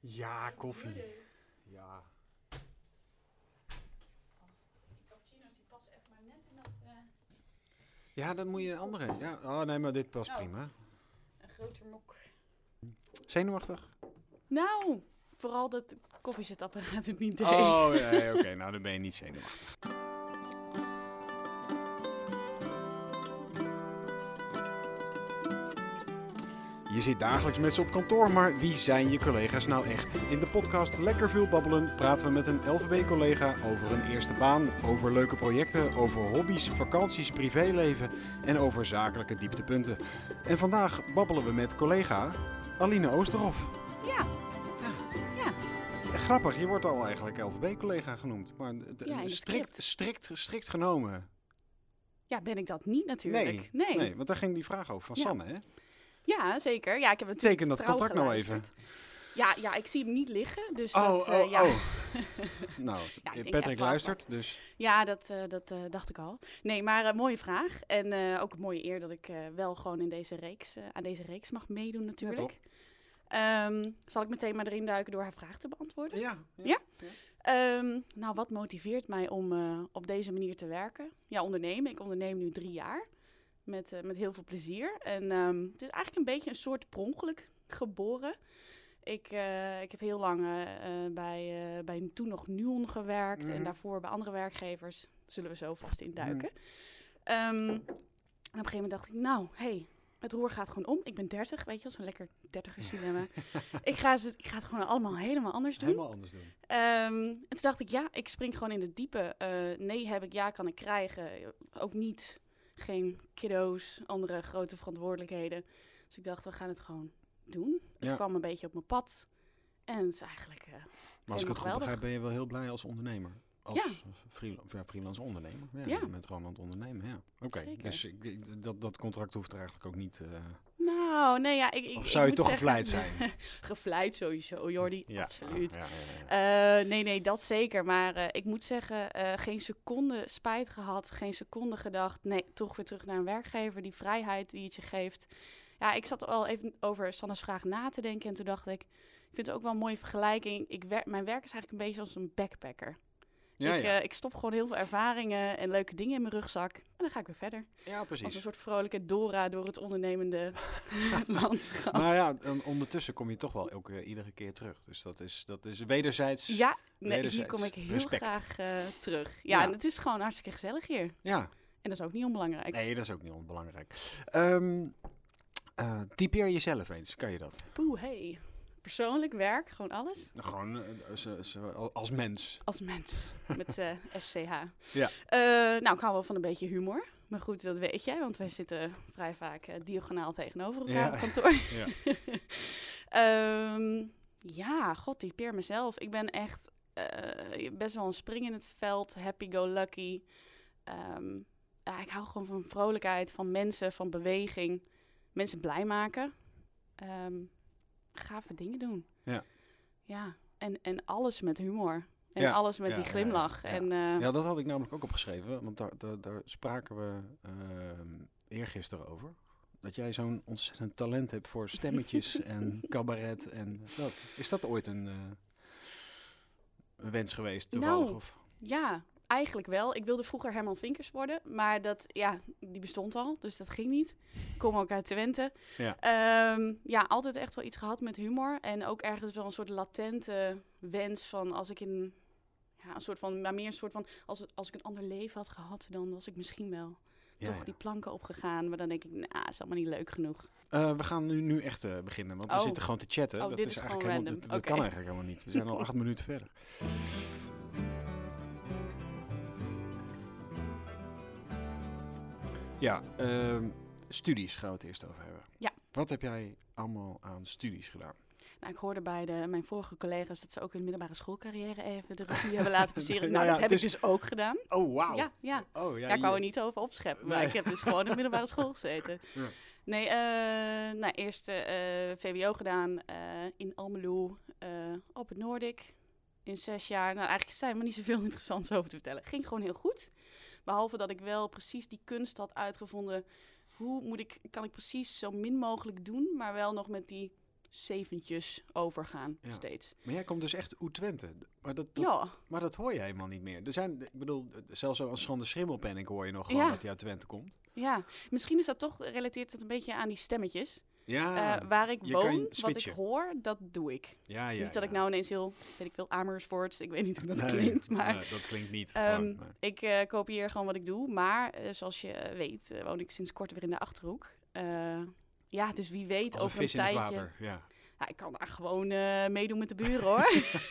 Ja, koffie. Ja. Die cappuccino's die passen echt maar net in dat... Ja, dan moet je een andere. Ja. Oh nee, maar dit past prima. Een groter mok. Zenuwachtig? Nou, vooral dat koffiezetapparaat het niet deed. Oh, ja, oké. Nou, dan ben je niet zenuwachtig. Je zit dagelijks met ze op kantoor, maar wie zijn je collega's nou echt? In de podcast Lekker Veel Babbelen praten we met een LVB-collega over een eerste baan, over leuke projecten, over hobby's, vakanties, privéleven en over zakelijke dieptepunten. En vandaag babbelen we met collega Aline Oosterhoff. Ja. Grappig, je wordt al eigenlijk LVB-collega genoemd, maar Ja, in de strikt genomen. Ja, ben ik dat niet natuurlijk. Nee, want daar ging die vraag over van Sanne, hè? Ja, zeker. Ja, ik heb natuurlijk Teken dat trouw contract nou even. geluisterd. Ja, ik zie hem niet liggen. Dus Nou, Ja, ik denk Patrick even luistert, dus... Ja, dat dacht ik al. Nee, maar mooie vraag. En ook een mooie eer dat ik wel gewoon in deze reeks, aan deze reeks mag meedoen natuurlijk. Zal ik meteen maar erin duiken door haar vraag te beantwoorden? Ja? Nou, wat motiveert mij om op deze manier te werken? Ja, ondernemen. Ik onderneem nu 3 jaar. Met heel veel plezier. En het is eigenlijk een beetje een soort per ongeluk geboren. Ik heb heel lang bij toen nog Nuon gewerkt. En daarvoor bij andere werkgevers. Daar zullen we zo vast in duiken. En op een gegeven moment dacht ik, nou, het roer gaat gewoon om. Ik ben 30, weet je wel, zo'n lekker 30er ik ga het gewoon allemaal helemaal anders doen. En toen dacht ik, ja, ik spring gewoon in de diepe. Nee heb ik, ja kan ik krijgen. Ook niet, geen kiddo's, andere grote verantwoordelijkheden. Dus ik dacht, we gaan het gewoon doen. Het kwam een beetje op mijn pad. En het is eigenlijk maar als ik het goed begrijp, ben je wel heel blij als ondernemer? Als freelance ondernemer. Ja, je bent gewoon aan het ondernemen, ja. Oké, dus dat contract hoeft er eigenlijk ook niet... Nou, nee, ja. Of zou je toch gevleid zijn? Gevleid sowieso, Jordi. Ja, absoluut. Ja. Nee, dat zeker. Maar ik moet zeggen, geen seconde spijt gehad. Geen seconde gedacht, nee, toch weer terug naar een werkgever. Die vrijheid die het je geeft. Ja, ik zat al even over Sanne's vraag na te denken. En toen dacht ik vind het ook wel een mooie vergelijking. Mijn werk is eigenlijk een beetje als een backpacker. Ik stop gewoon heel veel ervaringen en leuke dingen in mijn rugzak. En dan ga ik weer verder. Ja, precies. Als een soort vrolijke Dora door het ondernemende landschap. Maar ja, ondertussen kom je toch wel iedere keer terug. Dus dat is wederzijds. Ja, hier kom ik heel graag terug. Ja, en het is gewoon hartstikke gezellig hier. Ja. En dat is ook niet onbelangrijk. Nee, dat is ook niet onbelangrijk. Typeer jezelf eens, kan je dat? Persoonlijk, werk, gewoon alles? Gewoon als mens. Als mens, met SCH. Ja. Nou, ik hou wel van een beetje humor. Maar goed, dat weet jij, want wij zitten vrij vaak diagonaal tegenover elkaar op kantoor. Ja. Typeer mezelf. Ik ben echt best wel een spring in het veld, happy-go-lucky. Ik hou gewoon van vrolijkheid, van mensen, van beweging. Mensen blij maken. Gave dingen doen. Ja. En alles met humor. En alles met die glimlach. Ja, dat had ik namelijk ook opgeschreven. Want daar spraken we eergisteren over. Dat jij zo'n ontzettend talent hebt voor stemmetjes en cabaret. En dat. Is dat ooit een wens geweest toevallig? Nou, ja, eigenlijk wel. Ik wilde vroeger Herman Vinkers worden. Maar die bestond al. Dus dat ging niet. Ik kom ook uit Twente. Altijd echt wel iets gehad met humor. En ook ergens wel een soort latente wens van als ik een soort van, maar meer een soort van, als ik een ander leven had gehad, dan was ik misschien wel toch die planken opgegaan. Maar dan denk ik, het is allemaal niet leuk genoeg. We gaan nu echt beginnen, want we zitten gewoon te chatten. Dat is eigenlijk helemaal, dat kan eigenlijk helemaal niet. We zijn al 8 minuten verder. Ja, studies gaan we het eerst over hebben. Ja. Wat heb jij allemaal aan studies gedaan? Nou, ik hoorde bij mijn vorige collega's dat ze ook hun middelbare schoolcarrière even de revue hebben laten passeren. Dat heb ik dus ook gedaan. Oh, wauw. Ja. Ik wou er niet over opscheppen, maar ik heb dus gewoon in de middelbare school gezeten. Ja. Nee, eerst VWO gedaan in Almelo op het Noordik in 6 jaar. Nou, eigenlijk zijn er niet zoveel interessants over te vertellen. Ging gewoon heel goed. Behalve dat ik wel precies die kunst had uitgevonden. Hoe kan ik precies zo min mogelijk doen, maar wel nog met die zeventjes overgaan steeds. Maar jij komt dus echt uit Twente. Ja. Maar dat hoor je helemaal niet meer. Ik bedoel, zelfs als Schande Schimmelpenninck hoor je nog gewoon dat hij uit Twente komt. Ja, misschien is dat toch, relateert het een beetje aan die stemmetjes. Ja, waar ik woon, wat ik hoor, dat doe ik. Ja, niet dat ik nou ineens heel, weet ik veel, Amersfoort, ik weet niet hoe dat klinkt. Maar dat klinkt niet. Ik kopieer gewoon wat ik doe. Maar zoals je weet, woon ik sinds kort weer in de Achterhoek. Dus wie weet als over een vis een tijdje... in het water, Ja, ik kan daar gewoon meedoen met de buren, hoor.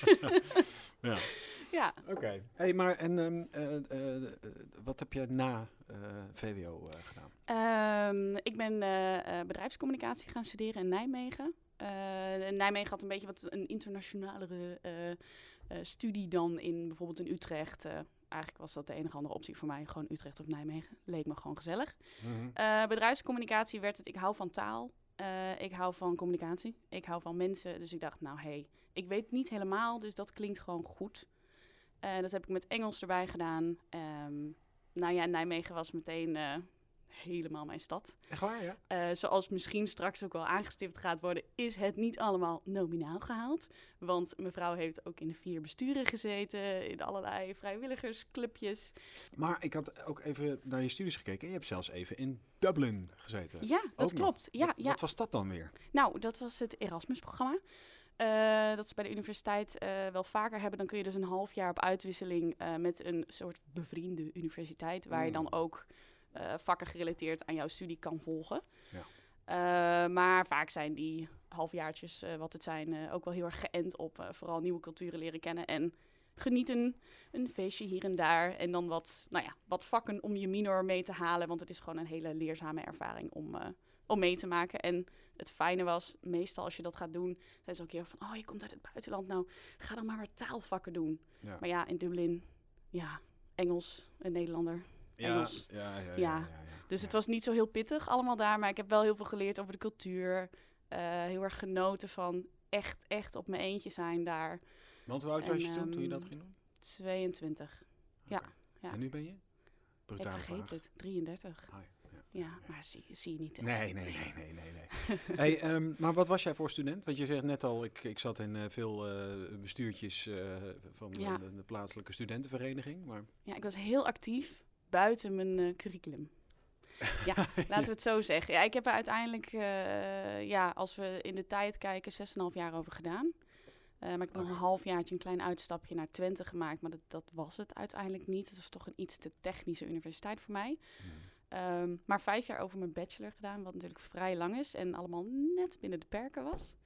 Ja. Oké. Hey, maar en wat heb je na VWO gedaan? Ik ben bedrijfscommunicatie gaan studeren in Nijmegen. Nijmegen had een beetje wat een internationalere studie dan in bijvoorbeeld in Utrecht. Eigenlijk was dat de enige andere optie voor mij. Gewoon Utrecht of Nijmegen. Leek me gewoon gezellig. Mm-hmm. Bedrijfscommunicatie werd het. Ik hou van taal. Ik hou van communicatie. Ik hou van mensen. Dus ik dacht, ik weet het niet helemaal. Dus dat klinkt gewoon goed. Dat heb ik met Engels erbij gedaan. Nijmegen was meteen helemaal mijn stad. Echt waar, ja? Zoals misschien straks ook wel aangestipt gaat worden, is het niet allemaal nominaal gehaald. Want mevrouw heeft ook in de 4 besturen gezeten, in allerlei vrijwilligersclubjes. Maar ik had ook even naar je studies gekeken. Je hebt zelfs even in Dublin gezeten. Ja, dat klopt. Wat was dat dan weer? Nou, dat was het Erasmus-programma. Dat ze bij de universiteit wel vaker hebben. Dan kun je dus een half jaar op uitwisseling met een soort bevriende universiteit, waar je dan ook vakken gerelateerd aan jouw studie kan volgen. Ja. Maar vaak zijn die halfjaartjes, wat het zijn, ook wel heel erg geënt op vooral nieuwe culturen leren kennen en genieten. Een feestje hier en daar. En dan wat vakken om je minor mee te halen. Want het is gewoon een hele leerzame ervaring om mee te maken. En het fijne was, meestal als je dat gaat doen, zijn ze ook heel van, je komt uit het buitenland. Nou, ga dan maar wat taalvakken doen. Ja. Maar in Dublin, Engels, een Nederlander. Engels. Ja. Dus het was niet zo heel pittig allemaal daar. Maar ik heb wel heel veel geleerd over de cultuur. Heel erg genoten van echt op mijn eentje zijn daar. Want hoe oud was je toen je dat ging doen? 22. Okay. Ja. En nu ben je? Brutale vraag. Ik vergeet het. 33. Ja, maar zie je niet. Nee. Hey, maar wat was jij voor student? Want je zegt net al, ik zat in veel bestuurtjes van de plaatselijke studentenvereniging. Maar... Ja, ik was heel actief buiten mijn curriculum. Ja, laten we het zo zeggen. Ja, ik heb er uiteindelijk, als we in de tijd kijken, 6,5 jaar over gedaan. Maar ik heb nog een halfjaartje een klein uitstapje naar Twente gemaakt. Maar dat was het uiteindelijk niet. Het was toch een iets te technische universiteit voor mij. Maar 5 jaar over mijn bachelor gedaan, wat natuurlijk vrij lang is. En allemaal net binnen de perken was.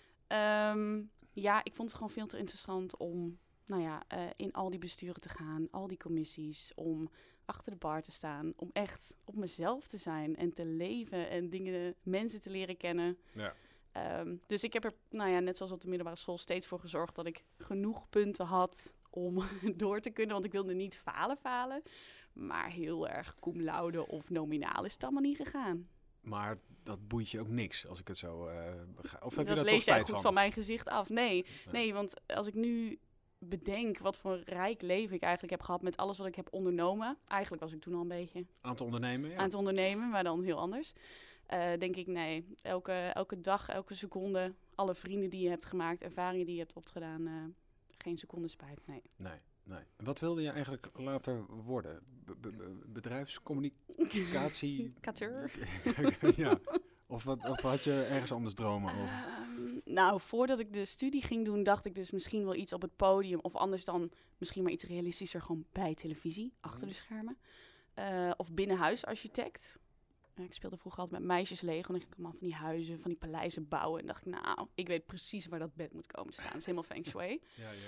Ik vond het gewoon veel te interessant om in al die besturen te gaan. Al die commissies, om achter de bar te staan. Om echt op mezelf te zijn en te leven en mensen te leren kennen. Ja. Dus ik heb er, net zoals op de middelbare school, steeds voor gezorgd dat ik genoeg punten had om door te kunnen. Want ik wilde niet falen. Maar heel erg cum laude of nominaal is het allemaal niet gegaan. Maar dat boeit je ook niks, als ik het zo... of heb dat je lees jij goed van mijn gezicht af. Nee, want als ik nu bedenk wat voor rijk leven ik eigenlijk heb gehad met alles wat ik heb ondernomen. Eigenlijk was ik toen al een beetje... Aan het ondernemen, ja. Aan het ondernemen, maar dan heel anders. Denk ik, elke dag, elke seconde, alle vrienden die je hebt gemaakt, ervaringen die je hebt opgedaan, geen seconde spijt, nee. Wat wilde je eigenlijk later worden? Bedrijfscommunicatie? Kateur. Ja. Of had je ergens anders dromen over? Voordat ik de studie ging doen, dacht ik dus misschien wel iets op het podium. Of anders dan misschien maar iets realistischer, gewoon bij televisie, achter de schermen. Of binnenhuisarchitect. Ik speelde vroeger altijd met meisjes Lego. En dan ging ik allemaal van die huizen, van die paleizen bouwen. En dacht ik, ik weet precies waar dat bed moet komen te staan. Dat is helemaal feng shui.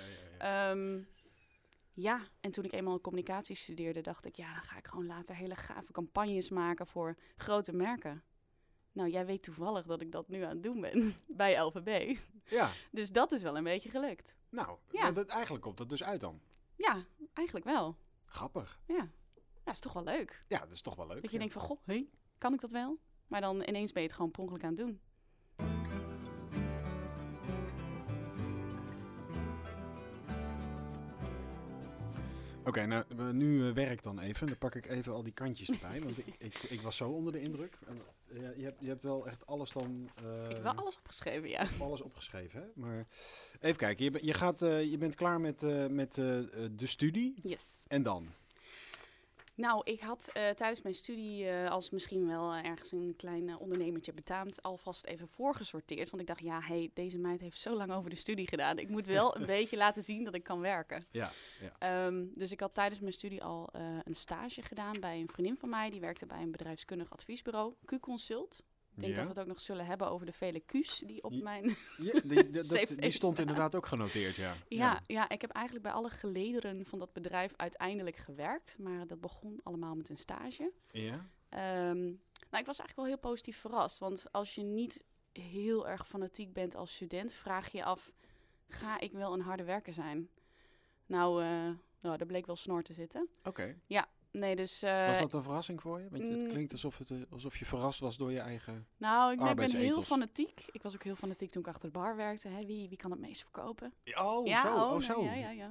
En toen ik eenmaal communicatie studeerde, dacht ik, dan ga ik gewoon later hele gave campagnes maken voor grote merken. Nou, jij weet toevallig dat ik dat nu aan het doen ben bij LVB. Ja. Dus dat is wel een beetje gelukt. Nou, eigenlijk komt dat dus uit dan. Ja, eigenlijk wel. Grappig. Ja, is toch wel leuk. Ja, dat is toch wel leuk. Dat je denkt van, kan ik dat wel? Maar dan ineens ben je het gewoon per ongeluk aan het doen. Oké, nou, nu werk dan even. Dan pak ik even al die kantjes erbij. Want ik was zo onder de indruk. Je hebt wel echt alles dan... Ik heb wel alles opgeschreven, ja. Alles opgeschreven, hè? Maar even kijken. Je bent klaar met de studie. Yes. En dan? Nou, ik had tijdens mijn studie als misschien wel ergens een klein ondernemertje betaamt alvast even voorgesorteerd. Want ik dacht, deze meid heeft zo lang over de studie gedaan. Ik moet wel een beetje laten zien dat ik kan werken. Ja. Dus ik had tijdens mijn studie al een stage gedaan bij een vriendin van mij. Die werkte bij een bedrijfskundig adviesbureau, Q-Consult. Ik denk dat we het ook nog zullen hebben over de vele Q's die op mijn die stond inderdaad ook genoteerd, ja. Ja, ik heb eigenlijk bij alle gelederen van dat bedrijf uiteindelijk gewerkt. Maar dat begon allemaal met een stage. Ja? Nou, ik was eigenlijk wel heel positief verrast. Want als je niet heel erg fanatiek bent als student, vraag je af, ga ik wel een harde werker zijn? Nou, daar bleek wel snor te zitten. Oké. Ja. Nee, dus, was dat een verrassing voor je? Want het klinkt alsof je verrast was door je eigen Nou, ik ben heel fanatiek. Ik was ook heel fanatiek toen ik achter de bar werkte. Hè. Wie kan het meest verkopen? Zo. Ja.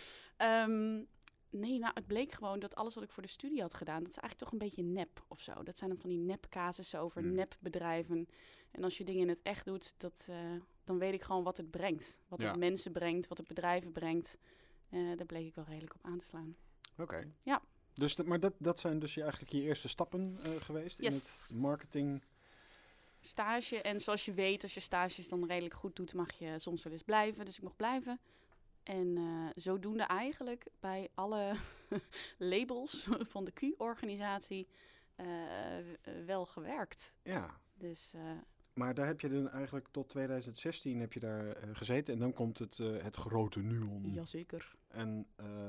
Nee, nou, het bleek gewoon dat alles wat ik voor de studie had gedaan, dat is eigenlijk toch een beetje nep of zo. Dat zijn dan van die nep-casussen over nep-bedrijven. En als je dingen in het echt doet, dan weet ik gewoon wat het brengt. Wat het mensen brengt, wat het bedrijven brengt. Daar bleek ik wel redelijk op aan te slaan. Oké. Ja. Dus maar dat zijn dus eigenlijk je eerste stappen geweest in het marketing? Stage. En zoals je weet, als je stages dan redelijk goed doet, mag je soms wel eens blijven. Dus ik mocht blijven. En zodoende eigenlijk bij alle labels van de Q-organisatie wel gewerkt. Ja. Dus... Maar daar heb je dan eigenlijk tot 2016 heb je daar gezeten. En dan komt het grote NUON. Jazeker. En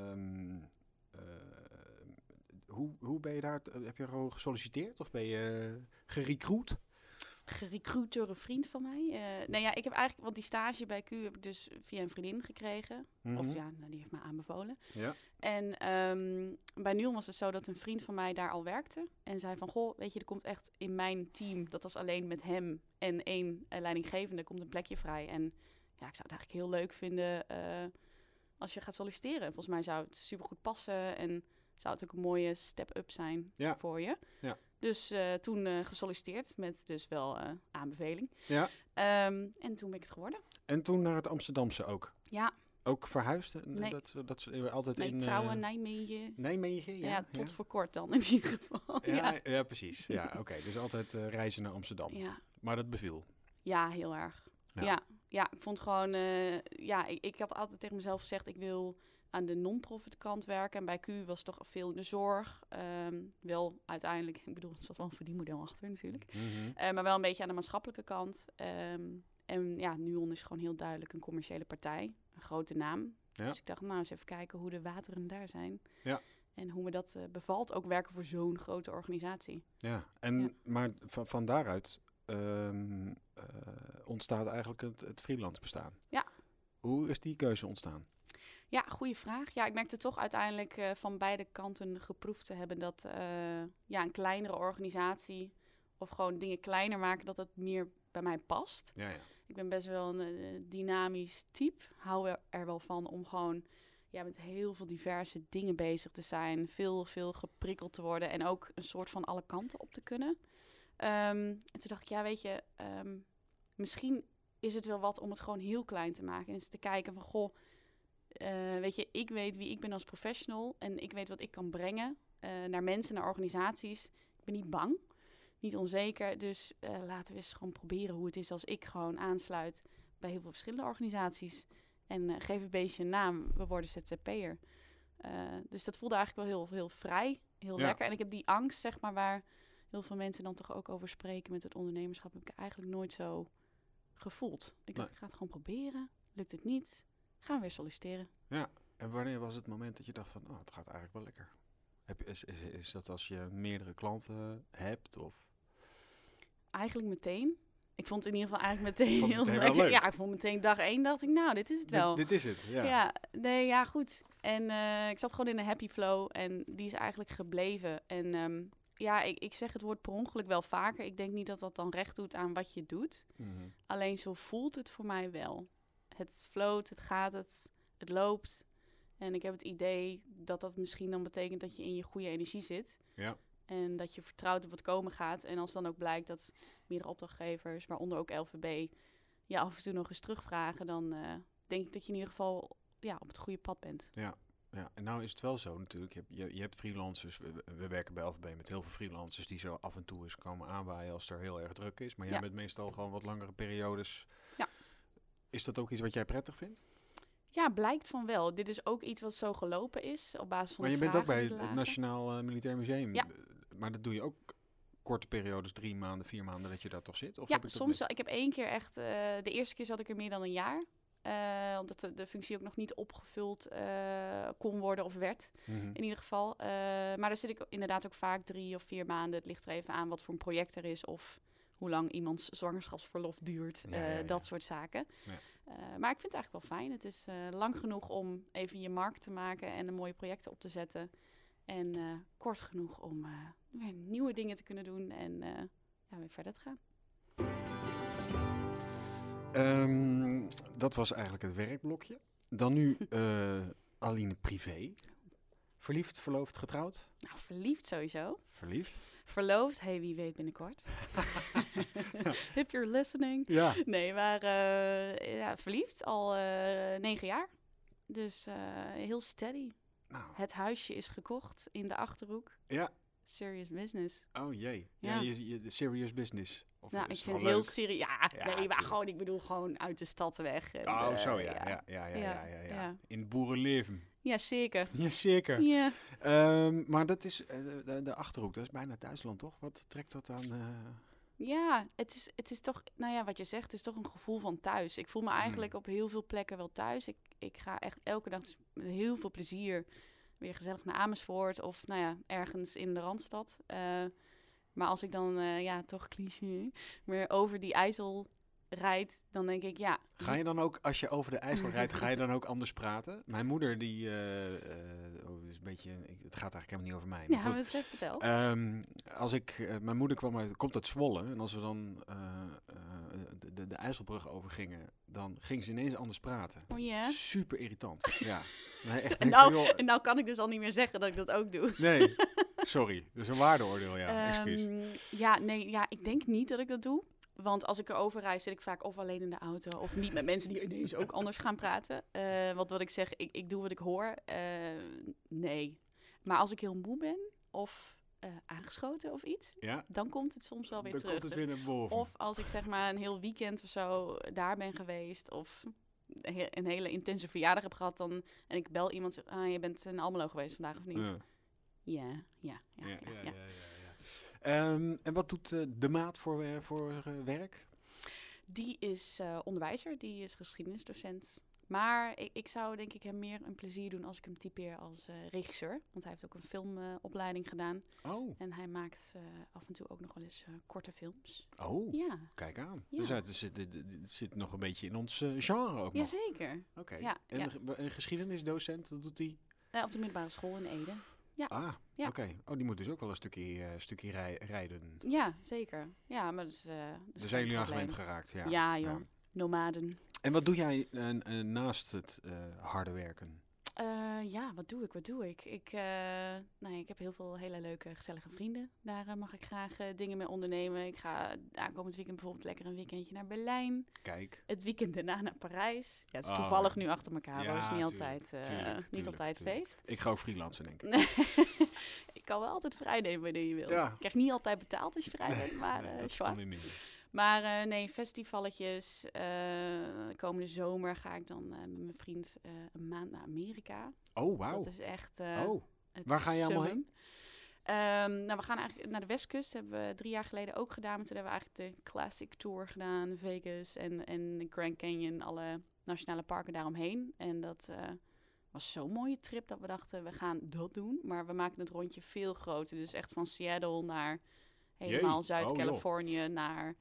hoe ben je daar? Heb je gewoon gesolliciteerd of ben je gerecruit? Gerecruit door een vriend van mij. Ik heb eigenlijk, want die stage bij Q heb ik dus via een vriendin gekregen. Mm-hmm. Of die heeft me aanbevolen. Ja. En bij NUON was het zo dat een vriend van mij daar al werkte. En zei van, goh, weet je, er komt echt in mijn team, dat was alleen met hem en één leidinggevende, komt een plekje vrij. En ja, ik zou het eigenlijk heel leuk vinden als je gaat solliciteren. Volgens mij zou het supergoed passen en zou het ook een mooie step-up zijn voor je. Ja. Dus toen gesolliciteerd met dus wel aanbeveling. Ja. En toen ben ik het geworden. En toen naar het Amsterdamse ook? Ja. Ook verhuisd? Nee. Dat altijd nee, trouwen, Nijmegen. Nijmegen, ja. Tot voor kort dan in ieder geval. Ja, precies. Ja, oké. Dus altijd reizen naar Amsterdam. Ja. Maar dat beviel? Ja, heel erg. Ja, ik vond gewoon... ik had altijd tegen mezelf gezegd, ik wil aan de non-profit kant werken. En bij Q was het toch veel in de zorg. Wel uiteindelijk, ik bedoel, er zat wel een verdienmodel achter natuurlijk. Mm-hmm. Maar wel een beetje aan de maatschappelijke kant. En ja, NUON is gewoon heel duidelijk een commerciële partij. Een grote naam. Ja. Dus ik dacht, nou eens even kijken hoe de wateren daar zijn. Ja. En hoe me dat bevalt. Ook werken voor zo'n grote organisatie. Ja, maar van daaruit ontstaat eigenlijk het freelance bestaan. Ja. Hoe is die keuze ontstaan? Ja, goede vraag. Ja, ik merkte toch uiteindelijk van beide kanten geproefd te hebben dat een kleinere organisatie of gewoon dingen kleiner maken, dat het meer bij mij past. Ja. Ik ben best wel een dynamisch type. Hou er wel van om gewoon met heel veel diverse dingen bezig te zijn. Veel geprikkeld te worden en ook een soort van alle kanten op te kunnen. En toen dacht ik, weet je, misschien is het wel wat om het gewoon heel klein te maken. En eens te kijken van, goh, weet je, ik weet wie ik ben als professional en ik weet wat ik kan brengen naar mensen, naar organisaties. Ik ben niet bang, niet onzeker. Dus laten we eens gewoon proberen hoe het is als ik gewoon aansluit bij heel veel verschillende organisaties. En geef een beetje een naam, we worden ZZP'er. Dus dat voelde eigenlijk wel heel, heel vrij, heel lekker. En ik heb die angst, zeg maar, waar heel veel mensen dan toch ook over spreken met het ondernemerschap, heb ik eigenlijk nooit zo gevoeld. Ik dacht, ik ga het gewoon proberen. Lukt het niet, gaan we weer solliciteren. Ja, en wanneer was het moment dat je dacht van, het gaat eigenlijk wel lekker? Is dat als je meerdere klanten hebt? Of? Eigenlijk meteen. Ik vond het in ieder geval eigenlijk meteen heel leuk. Ja, ik vond meteen dag 1, dacht ik, nou, dit is het wel. Dit is het, ja. Goed. En ik zat gewoon in een happy flow en die is eigenlijk gebleven. En ik zeg het woord per ongeluk wel vaker. Ik denk niet dat dat dan recht doet aan wat je doet. Mm-hmm. Alleen zo voelt het voor mij wel. Het float, het gaat, het loopt. En ik heb het idee dat dat misschien dan betekent dat je in je goede energie zit. Ja. En dat je vertrouwt op wat komen gaat. En als dan ook blijkt dat meerdere opdrachtgevers, waaronder ook LVB, je af en toe nog eens terugvragen, dan denk ik dat je in ieder geval op het goede pad bent. Ja, en nou is het wel zo natuurlijk. Je hebt freelancers. We werken bij LVB met heel veel freelancers die zo af en toe eens komen aanwaaien als er heel erg druk is. Maar jij bent meestal gewoon wat langere periodes. Ja. Is dat ook iets wat jij prettig vindt? Ja, blijkt van wel. Dit is ook iets wat zo gelopen is op basis van Maar je de bent ook vragen bij die het lagen. Nationaal Militair Museum. Ja. Maar dat doe je ook korte periodes, 3 maanden, 4 maanden dat je daar toch zit? Of Ja, heb ik dat soms wel. Ik heb 1 keer echt... de eerste keer zat ik er meer dan een jaar. Omdat de functie ook nog niet opgevuld kon worden of werd. Mhm. In ieder geval. Maar daar zit ik inderdaad ook vaak 3 of 4 maanden. Het ligt er even aan wat voor een project er is. Of hoe lang iemands zwangerschapsverlof duurt. Dat soort zaken. Ja. Maar ik vind het eigenlijk wel fijn. Het is lang genoeg om even je markt te maken en de mooie projecten op te zetten. En kort genoeg om weer nieuwe dingen te kunnen doen en weer verder te gaan. Dat was eigenlijk het werkblokje. Dan nu Aline privé. Verliefd, verloofd, getrouwd? Nou, verliefd sowieso. Verliefd? Verloofd, wie weet binnenkort. If you're listening. Ja. Nee, maar verliefd al 9 jaar. Dus heel steady. Nou. Het huisje is gekocht in de Achterhoek. Ja. Serious business. Oh jee. Ja. Je serious business. Of Nou, is ik het vind wel het heel leuk? serieus. Ja, nee, maar gewoon, ik bedoel gewoon uit de stad weg. En, Oh, zo ja. ja. Ja. In het boerenleven. Ja, zeker. Ja, zeker. Ja. Maar dat is de Achterhoek, dat is bijna Duitsland, toch? Wat trekt dat aan? Ja, het is toch, nou ja, wat je zegt, het is toch een gevoel van thuis. Ik voel me eigenlijk op heel veel plekken wel thuis. Ik ga echt elke dag dus met heel veel plezier weer gezellig naar Amersfoort of nou ja, ergens in de Randstad. Maar als ik dan, toch cliché, maar over die IJssel rijd, dan denk ik, ja. Ga je dan ook, als je over de IJssel rijdt, ga je dan ook anders praten? Mijn moeder, die, is een beetje, het gaat eigenlijk helemaal niet over mij. Maar Ja, goed. maar het vertel. Als mijn moeder komt uit Zwolle en als we dan de IJsselbrug overgingen, dan ging ze ineens anders praten. Oh ja? Super irritant. Ja. Nee, echt, En nou kan ik dus al niet meer zeggen dat ik dat ook doe. Nee, sorry. Dat is een waardeoordeel, ja. Excuus. Ik denk niet dat ik dat doe. Want als ik erover reis, zit ik vaak of alleen in de auto of niet met mensen die ineens ook anders gaan praten. Want wat ik zeg, ik doe wat ik hoor. Nee. Maar als ik heel moe ben of aangeschoten of iets, dan komt het soms wel weer dan terug. Komt het weer naar boven. Of als ik zeg maar een heel weekend of zo daar ben geweest of een hele intense verjaardag heb gehad dan, en ik bel iemand en zeg, je bent in Almelo geweest vandaag of niet? Ja. En wat doet de maat voor werk? Die is onderwijzer, die is geschiedenisdocent. Maar ik zou denk ik hem meer een plezier doen als ik hem typeer als regisseur. Want hij heeft ook een filmopleiding gedaan. Oh. En hij maakt af en toe ook nog wel eens korte films. Oh, ja. Kijk aan. Ja. Dus het zit nog een beetje in ons genre ook nog. Jazeker. Oké. Ja, Een geschiedenisdocent, dat doet hij? Op de middelbare school in Ede. Ja. Oké. Oh, die moet dus ook wel een stukje rijden. Ja, zeker. Ja, maar dat is Daar zijn jullie aan gewend geraakt. Ja, joh. Ja. Nomaden. En wat doe jij naast het harde werken? Wat doe ik? Ik heb heel veel hele leuke, gezellige vrienden. Daar mag ik graag dingen mee ondernemen. Ik ga aankomend weekend bijvoorbeeld lekker een weekendje naar Berlijn. Kijk. Het weekend daarna naar Parijs. Ja, het is toevallig nu achter elkaar. Ja, is niet altijd feest. Ik ga ook freelancen, denk ik. Ik kan wel altijd vrij nemen wanneer je wil. Ja. Ik krijg niet altijd betaald als je vrij bent, maar dat is dan weer minder. Maar festivalletjes. Komende zomer ga ik dan met mijn vriend een maand naar Amerika. Oh, wauw. Dat is echt... Waar ga je allemaal heen? We gaan eigenlijk naar de Westkust. Dat hebben we 3 jaar geleden ook gedaan. Maar toen hebben we eigenlijk de Classic Tour gedaan. Vegas en de Grand Canyon. Alle nationale parken daaromheen. En dat was zo'n mooie trip dat we dachten, we gaan dat doen. Maar we maken het rondje veel groter. Dus echt van Seattle naar helemaal Zuid-Californië. Naar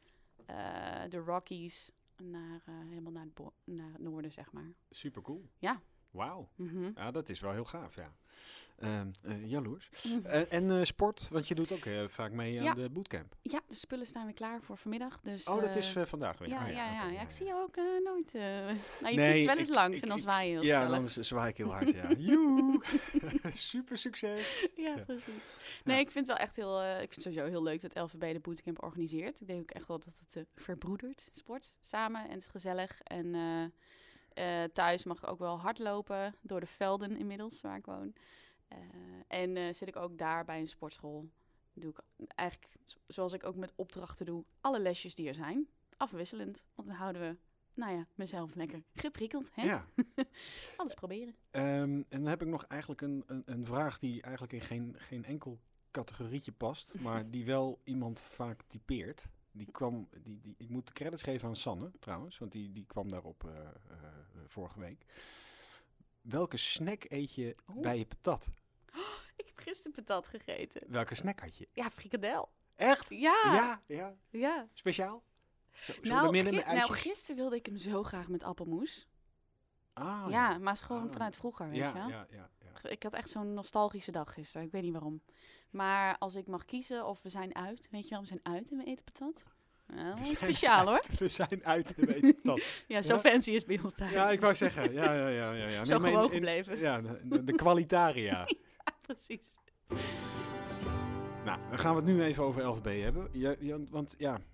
de Rockies. Helemaal naar het noorden, zeg maar. Super cool. Ja. Wauw. Mhm. Ja, dat is wel heel gaaf, ja. Jaloers. En sport, want je doet ook vaak mee aan de bootcamp. Ja, de spullen staan weer klaar voor vanmiddag. Dus, Dat is vandaag weer. Ja, ik zie jou ook nooit. Nou, je Nee, fietst wel eens langs en dan zwaai je heel Ja, gezellig. dan zwaai ik heel hard, ja. Joe! Super succes! Ja, precies. Nee, ik vind het wel echt ik vind het sowieso heel leuk dat LVB de bootcamp organiseert. Ik denk ook echt wel dat het verbroedert, sport, samen. En het is gezellig. En thuis mag ik ook wel hardlopen door de velden inmiddels, waar ik woon. En zit ik ook daar bij een sportschool. Doe ik eigenlijk, zoals ik ook met opdrachten doe, alle lesjes die er zijn. Afwisselend. Want dan houden we, mezelf lekker geprikkeld. Hè? Ja. Alles proberen. En dan heb ik nog eigenlijk een vraag die eigenlijk in geen enkel categorietje past. Maar die wel iemand vaak typeert. Ik moet de credits geven aan Sanne trouwens. Want die kwam daarop vorige week. Welke snack eet je bij je patat? Ik heb gisteren patat gegeten. Welke snack had je? Ja, frikandel. Echt? Ja. Ja. Speciaal? Gisteren wilde ik hem zo graag met appelmoes. Ah, ja, maar het is gewoon vanuit vroeger, weet je wel. Ja. Ik had echt zo'n nostalgische dag gisteren. Ik weet niet waarom. Maar als ik mag kiezen of we zijn uit, weet je wel, we zijn uit en we eten patat. Nou, speciaal hoor. We zijn uit en we eten patat. Ja, zo fancy is het bij ons thuis. Ja, ik wou zeggen. Ja. Zo gewoon gebleven. Ja, de kwalitaria. Ja, precies. Nou, dan gaan we het nu even over LVB hebben. Want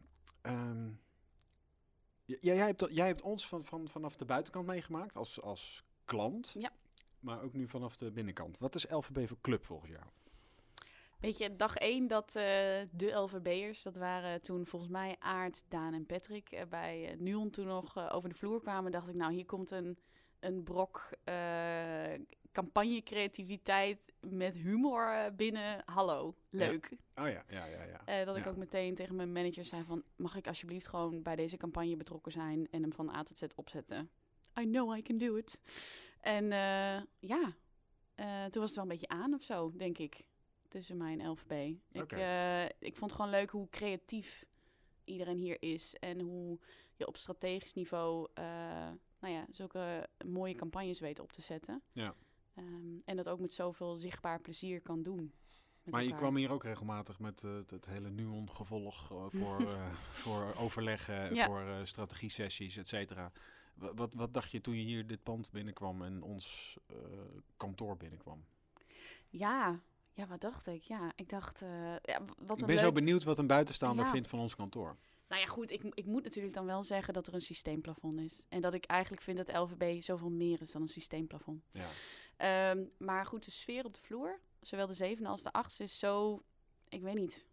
jij hebt ons vanaf de buitenkant meegemaakt als klant. Ja. Maar ook nu vanaf de binnenkant. Wat is LVB voor club volgens jou? Weet je, dag 1 dat de LVB'ers, dat waren toen volgens mij Aart, Daan en Patrick, bij Nuon toen nog over de vloer kwamen, dacht ik, nou, hier komt een brok campagne-creativiteit met humor binnen. Hallo, leuk. Ja. Oh ja. Dat ik ook meteen tegen mijn manager zei van, mag ik alsjeblieft gewoon bij deze campagne betrokken zijn en hem van A tot Z opzetten? I know I can do it. En toen was het wel een beetje aan of zo, denk ik. Tussen mij en LVB. Ik vond het gewoon leuk hoe creatief iedereen hier is. En hoe je op strategisch niveau zulke mooie campagnes weet op te zetten. Ja. En dat ook met zoveel zichtbaar plezier kan doen. Maar je kwam hier ook regelmatig met het hele Nuon-gevolg voor overleggen, voor strategie-sessies, et cetera. Wat dacht je toen je hier dit pand binnenkwam en ons kantoor binnenkwam? Ja, wat dacht ik? Ja, ik dacht... ik ben zo benieuwd wat een buitenstaander vindt van ons kantoor. Nou ja, goed, ik moet natuurlijk dan wel zeggen dat er een systeemplafond is. En dat ik eigenlijk vind dat LVB zoveel meer is dan een systeemplafond. Ja. Maar goed, de sfeer op de vloer, zowel de 7e als de 8e, is zo... Ik weet niet...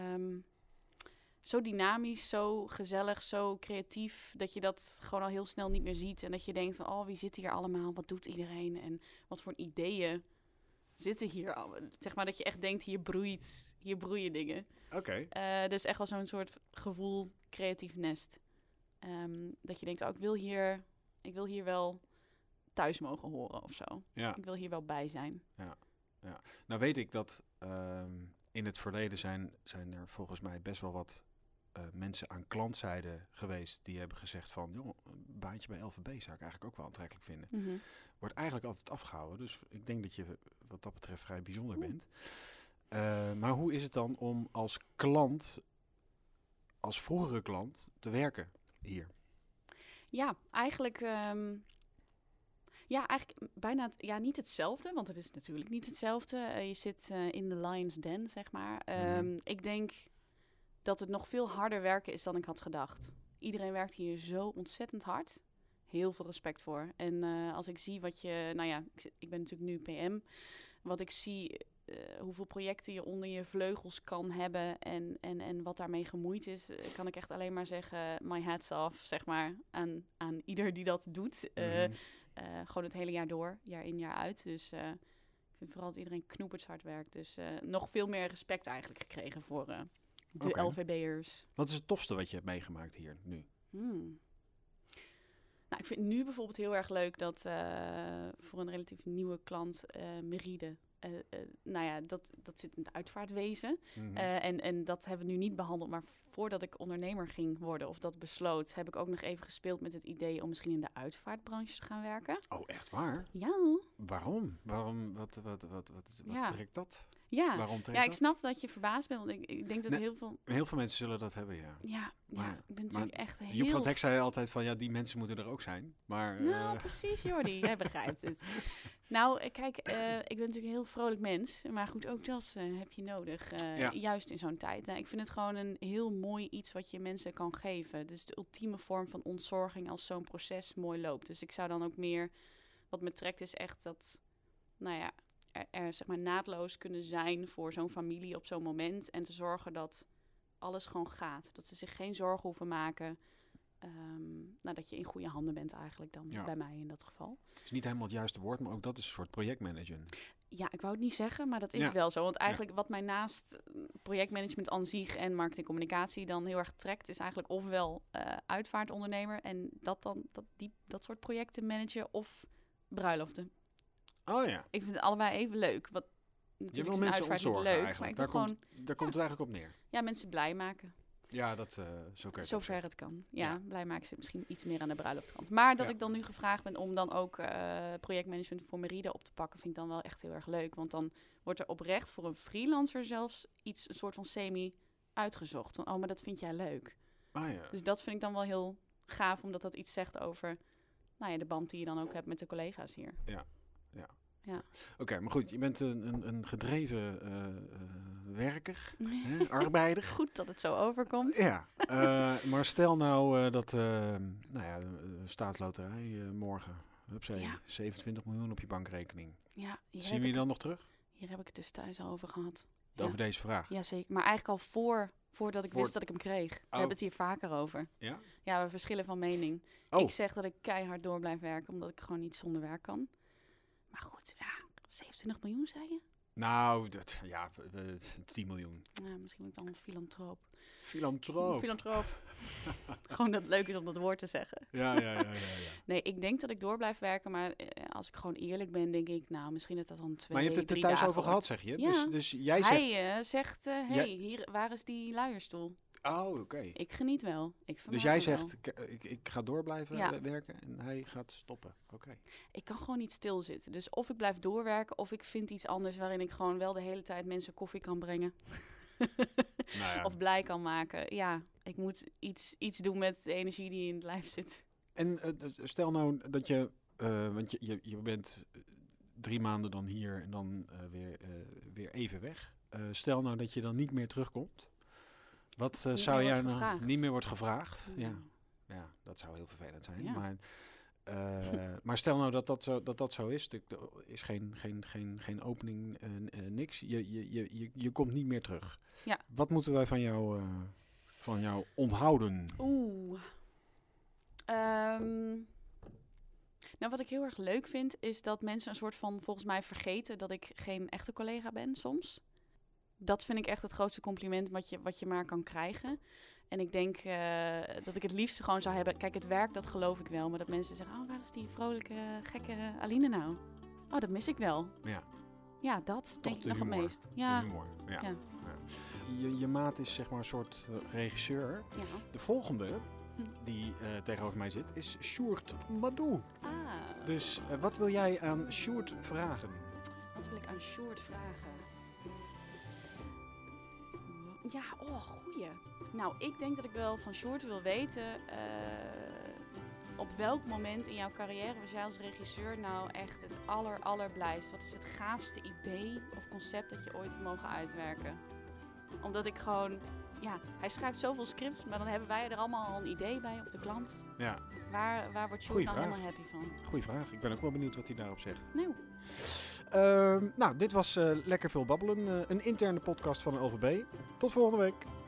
zo dynamisch, zo gezellig, zo creatief, dat je dat gewoon al heel snel niet meer ziet. En dat je denkt van, oh, wie zit hier allemaal? Wat doet iedereen? En wat voor ideeën zitten hier al? Zeg maar dat je echt denkt, hier broeien dingen. Oké. Dus echt wel zo'n soort gevoel, creatief nest. Dat je denkt, oh, ik wil hier wel thuis mogen horen of zo. Ja. Ik wil hier wel bij zijn. Ja. Nou weet ik dat in het verleden zijn er volgens mij best wel wat mensen aan klantzijde geweest die hebben gezegd van, joh, een baantje bij LVB zou ik eigenlijk ook wel aantrekkelijk vinden. Mm-hmm. Wordt eigenlijk altijd afgehouden, dus ik denk dat je wat dat betreft vrij bijzonder bent. Maar hoe is het dan om als klant, als vroegere klant, te werken hier? Ja, eigenlijk bijna niet hetzelfde, want het is natuurlijk niet hetzelfde. Je zit in de Lion's Den, zeg maar. Ik denk dat het nog veel harder werken is dan ik had gedacht. Iedereen werkt hier zo ontzettend hard. Heel veel respect voor. En als ik zie wat je... Nou ja, ik ben natuurlijk nu PM. Wat ik zie, hoeveel projecten je onder je vleugels kan hebben en wat daarmee gemoeid is, kan ik echt alleen maar zeggen, my hats off, zeg maar, aan ieder die dat doet. Gewoon het hele jaar door, jaar in, jaar uit. Dus ik vind vooral dat iedereen knoeperts hard werkt. Dus nog veel meer respect eigenlijk gekregen voor de LVB'ers. Wat is het tofste wat je hebt meegemaakt hier nu? Nou, ik vind nu bijvoorbeeld heel erg leuk dat voor een relatief nieuwe klant Meride nou ja, dat zit in het uitvaartwezen. Mhm. En dat hebben we nu niet behandeld. Maar voordat ik ondernemer ging worden of dat besloot, heb ik ook nog even gespeeld met het idee om misschien in de uitvaartbranche te gaan werken. Oh, echt waar? Ja. Waarom? Wat Ja. trekt dat? Ja. Waarom trekt Ja, ik dat? snap dat je verbaasd bent. Want ik denk dat Nee. heel veel... Heel veel mensen zullen dat hebben, ja. Ja, Maar- ik ben natuurlijk echt Joep heel... van het Hek zei altijd van, ja, die mensen moeten er ook zijn. Maar Nou, precies, Jordi. Jij begrijpt het. Nou, kijk, ik ben natuurlijk een heel vrolijk mens. Maar goed, ook dat heb je nodig. Ja. Juist in zo'n tijd. Nou, ik vind het gewoon een heel mooi iets wat je mensen kan geven. Het is de ultieme vorm van ontzorging als zo'n proces mooi loopt. Dus ik zou dan ook meer... Wat me trekt is echt dat... Nou ja, er zeg maar naadloos kunnen zijn voor zo'n familie op zo'n moment. En te zorgen dat alles gewoon gaat. Dat ze zich geen zorgen hoeven maken... nou, dat je in goede handen bent eigenlijk dan, Ja. bij mij in dat geval. het is niet helemaal het juiste woord, maar ook dat is een soort projectmanagen. Ja, ik wou het niet zeggen, maar dat is Ja. wel zo. Want eigenlijk wat mij naast projectmanagement aan zich en marketingcommunicatie dan heel erg trekt, is eigenlijk ofwel uitvaartondernemer en dat soort projecten managen of bruiloften. Oh ja, Ik vind het allebei even leuk. Wat je natuurlijk wil is een mensen uitvaart niet ontzorgen leuk, eigenlijk. maar ik Daar wil komt, gewoon daar komt het eigenlijk op neer. ja, mensen blij maken. Ja, dat zo kun je het ook Zover zeggen. het kan. Ja, Ja. blij maken zit misschien iets meer aan de bruiloftkant. Maar dat Ja. ik dan nu gevraagd ben om dan ook projectmanagement voor Merida op te pakken, vind ik dan wel echt heel erg leuk. Want dan wordt er oprecht voor een freelancer zelfs een soort van semi uitgezocht. Van, oh, maar dat vind jij leuk. Ah ja. Dus dat vind ik dan wel heel gaaf, omdat dat iets zegt over nou ja, de band die je dan ook hebt met de collega's hier. Oké, maar goed, je bent een gedreven werker, hè, arbeider. Goed dat het zo overkomt. Ja, maar stel nou dat nou ja, de staatsloterij morgen, hupsé, Ja. 27 miljoen op je bankrekening. Ja, Zien we je dan nog terug? hier heb ik het dus thuis al over gehad. Over deze vraag? Ja, zeker. Maar eigenlijk al voordat ik wist dat ik hem kreeg. We hebben het hier vaker over. Ja? Ja, we verschillen van mening. Oh. Ik zeg dat ik keihard door blijf werken, omdat ik gewoon niet zonder werk kan. Maar goed, ja, 27 miljoen, zei je? Nou, 10 miljoen. Ja, misschien ben ik dan een filantroop. Filantroop. Filantroop. Gewoon dat het leuk is om dat woord te zeggen. Ja. Nee, ik denk dat ik door blijf werken, maar als ik gewoon eerlijk ben, denk ik, nou, misschien dat dat dan 2, Maar je hebt het er 3 thuis dagen over wordt. gehad, zeg je? Ja. Dus jij zegt... Hij zegt, hey, hier, waar is die luierstoel? Oh, oké. Ik geniet wel. Ik vermaak Dus jij me wel. zegt, ik ga door blijven Ja. werken en hij gaat stoppen. Oké. Ik kan gewoon niet stilzitten. Dus of ik blijf doorwerken, of ik vind iets anders waarin ik gewoon wel de hele tijd mensen koffie kan brengen. Nou ja. Of blij kan maken. Ja, ik moet iets doen met de energie die in het lijf zit. En stel nou dat je, want je bent 3 maanden dan hier en dan weer even weg. Stel nou dat je dan niet meer terugkomt. Wat Niet zou meer jij wordt nou gevraagd. niet meer wordt gevraagd? Ja. Ja, dat zou heel vervelend zijn. Ja. Maar stel nou dat zo is. Er is geen opening, niks. Je komt niet meer terug. Ja. Wat moeten wij van jou onthouden? Oeh. Nou, wat ik heel erg leuk vind, is dat mensen een soort van, volgens mij, vergeten dat ik geen echte collega ben soms. Dat vind ik echt het grootste compliment wat je maar kan krijgen. En ik denk dat ik het liefst gewoon zou hebben... Kijk, het werk, dat geloof ik wel. Maar dat mensen zeggen, oh, waar is die vrolijke, gekke Aline nou? Oh, dat mis ik wel. Ja. Ja, dat denk ik nog het meest. De Ja, humor. Ja. Ja. Je maat is zeg maar een soort regisseur. ja. De volgende die tegenover mij zit is Sjoerd Madou. Ah, Dus wat wil jij aan Sjoerd vragen? wat wil ik aan Sjoerd vragen? Ja, goeie. Nou, ik denk dat ik wel van Sjoerd wil weten... op welk moment in jouw carrière was jij als regisseur nou echt het allerblijst? Wat is het gaafste idee of concept dat je ooit hebt mogen uitwerken? Omdat ik gewoon... Ja, hij schrijft zoveel scripts, maar dan hebben wij er allemaal al een idee bij, of de klant. Ja, Waar wordt Sjoerd Goeie nou vraag. helemaal happy van? goeie vraag. Ik ben ook wel benieuwd wat hij daarop zegt. Nou, Nou, dit was Lekker Veel Babbelen. Een interne podcast van de LVB. Tot volgende week.